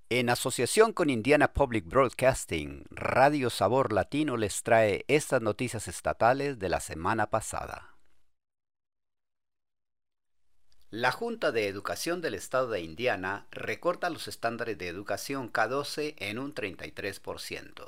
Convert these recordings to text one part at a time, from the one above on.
En asociación con Indiana Public Broadcasting, Radio Sabor Latino les trae estas noticias estatales de la semana pasada. La Junta de Educación del Estado de Indiana recorta los estándares de educación K12 en un 33%.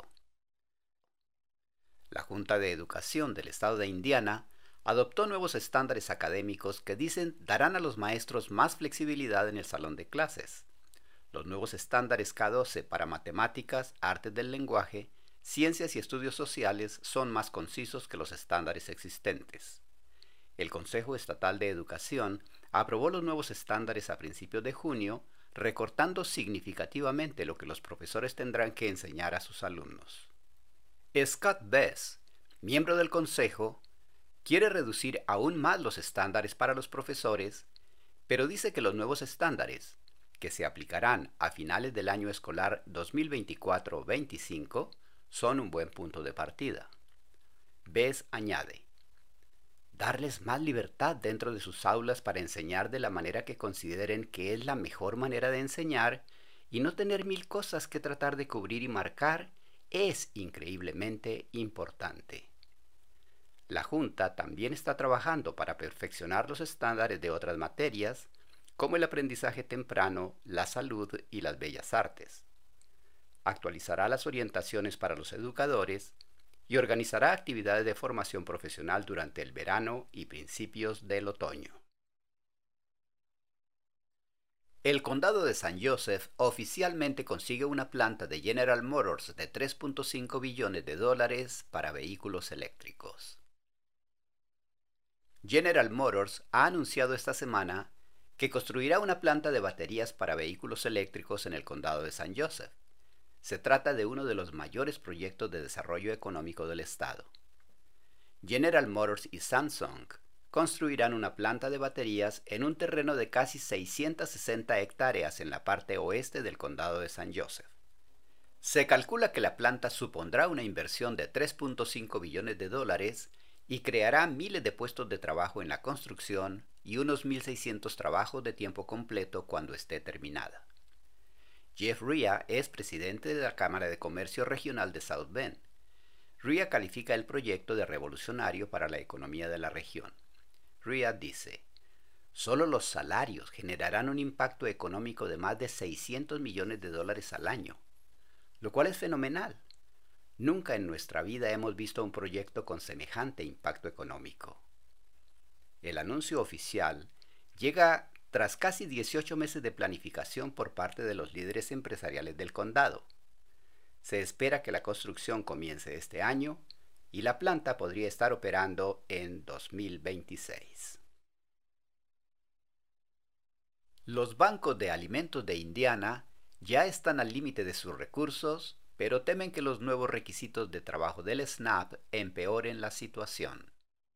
La Junta de Educación del Estado de Indiana adoptó nuevos estándares académicos que dicen darán a los maestros más flexibilidad en el salón de clases. Los nuevos estándares K12 para matemáticas, artes del lenguaje, ciencias y estudios sociales son más concisos que los estándares existentes. El Consejo Estatal de Educación aprobó los nuevos estándares a principios de junio, recortando significativamente lo que los profesores tendrán que enseñar a sus alumnos. Scott Bess, miembro del Consejo, quiere reducir aún más los estándares para los profesores, pero dice que los nuevos estándares, que se aplicarán a finales del año escolar 2024-25, son un buen punto de partida. Bess añade: darles más libertad dentro de sus aulas para enseñar de la manera que consideren que es la mejor manera de enseñar y no tener mil cosas que tratar de cubrir y marcar es increíblemente importante. La Junta también está trabajando para perfeccionar los estándares de otras materias, como el aprendizaje temprano, la salud y las bellas artes. Actualizará las orientaciones para los educadores y organizará actividades de formación profesional durante el verano y principios del otoño. El condado de San Joseph oficialmente consigue una planta de General Motors de 3.5 billones de dólares para vehículos eléctricos. General Motors ha anunciado esta semana que construirá una planta de baterías para vehículos eléctricos en el condado de San Joseph. Se trata de uno de los mayores proyectos de desarrollo económico del estado. General Motors y Samsung construirán una planta de baterías en un terreno de casi 660 hectáreas en la parte oeste del condado de San Joseph. Se calcula que la planta supondrá una inversión de 3.5 billones de dólares y creará miles de puestos de trabajo en la construcción y unos 1.600 trabajos de tiempo completo cuando esté terminada. Jeff Rea es presidente de la Cámara de Comercio Regional de South Bend. Rea califica el proyecto de revolucionario para la economía de la región. Rea dice: solo los salarios generarán un impacto económico de más de 600 millones de dólares al año, lo cual es fenomenal. Nunca en nuestra vida hemos visto un proyecto con semejante impacto económico. El anuncio oficial llega tras casi 18 meses de planificación por parte de los líderes empresariales del condado. Se espera que la construcción comience este año y la planta podría estar operando en 2026. Los bancos de alimentos de Indiana ya están al límite de sus recursos, pero temen que los nuevos requisitos de trabajo del SNAP empeoren la situación.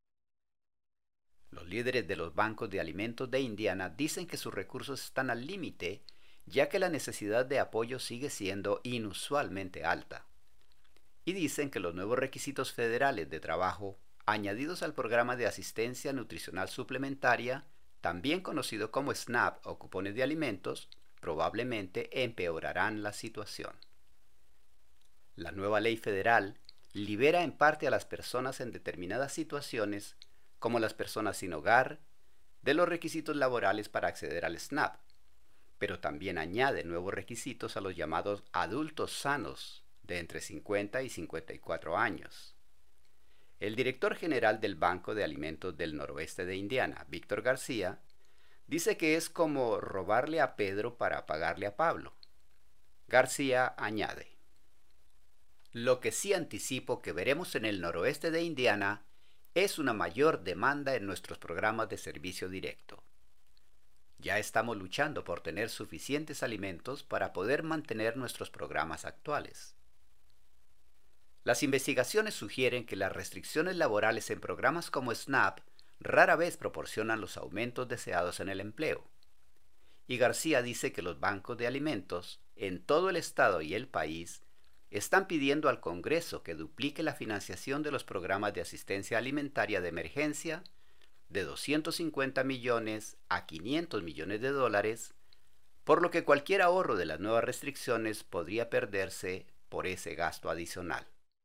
Los líderes de los bancos de alimentos de Indiana dicen que sus recursos están al límite, ya que la necesidad de apoyo sigue siendo inusualmente alta. Y dicen que los nuevos requisitos federales de trabajo, añadidos al programa de asistencia nutricional suplementaria, también conocido como SNAP o cupones de alimentos, probablemente empeorarán la situación. La nueva ley federal libera en parte a las personas en determinadas situaciones, como las personas sin hogar, de los requisitos laborales para acceder al SNAP, pero también añade nuevos requisitos a los llamados adultos sanos de entre 50 y 54 años. El director general del Banco de Alimentos del Noroeste de Indiana, Víctor García, dice que es como robarle a Pedro para pagarle a Pablo. García añade: lo que sí anticipo que veremos en el noroeste de Indiana es una mayor demanda en nuestros programas de servicio directo. Ya estamos luchando por tener suficientes alimentos para poder mantener nuestros programas actuales. Las investigaciones sugieren que las restricciones laborales en programas como SNAP rara vez proporcionan los aumentos deseados en el empleo. Y García dice que los bancos de alimentos en todo el estado y el país están pidiendo al Congreso que duplique la financiación de los programas de asistencia alimentaria de emergencia de 250 millones a 500 millones de dólares por lo que cualquier ahorro de las nuevas restricciones podría perderse por ese gasto adicional.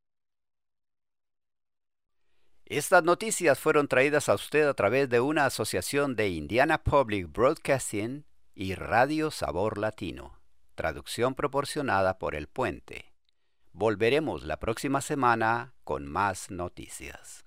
Estas noticias fueron traídas a usted a través de una asociación de Indiana Public Broadcasting y Radio Sabor Latino, traducción proporcionada por El Puente. Volveremos la próxima semana con más noticias.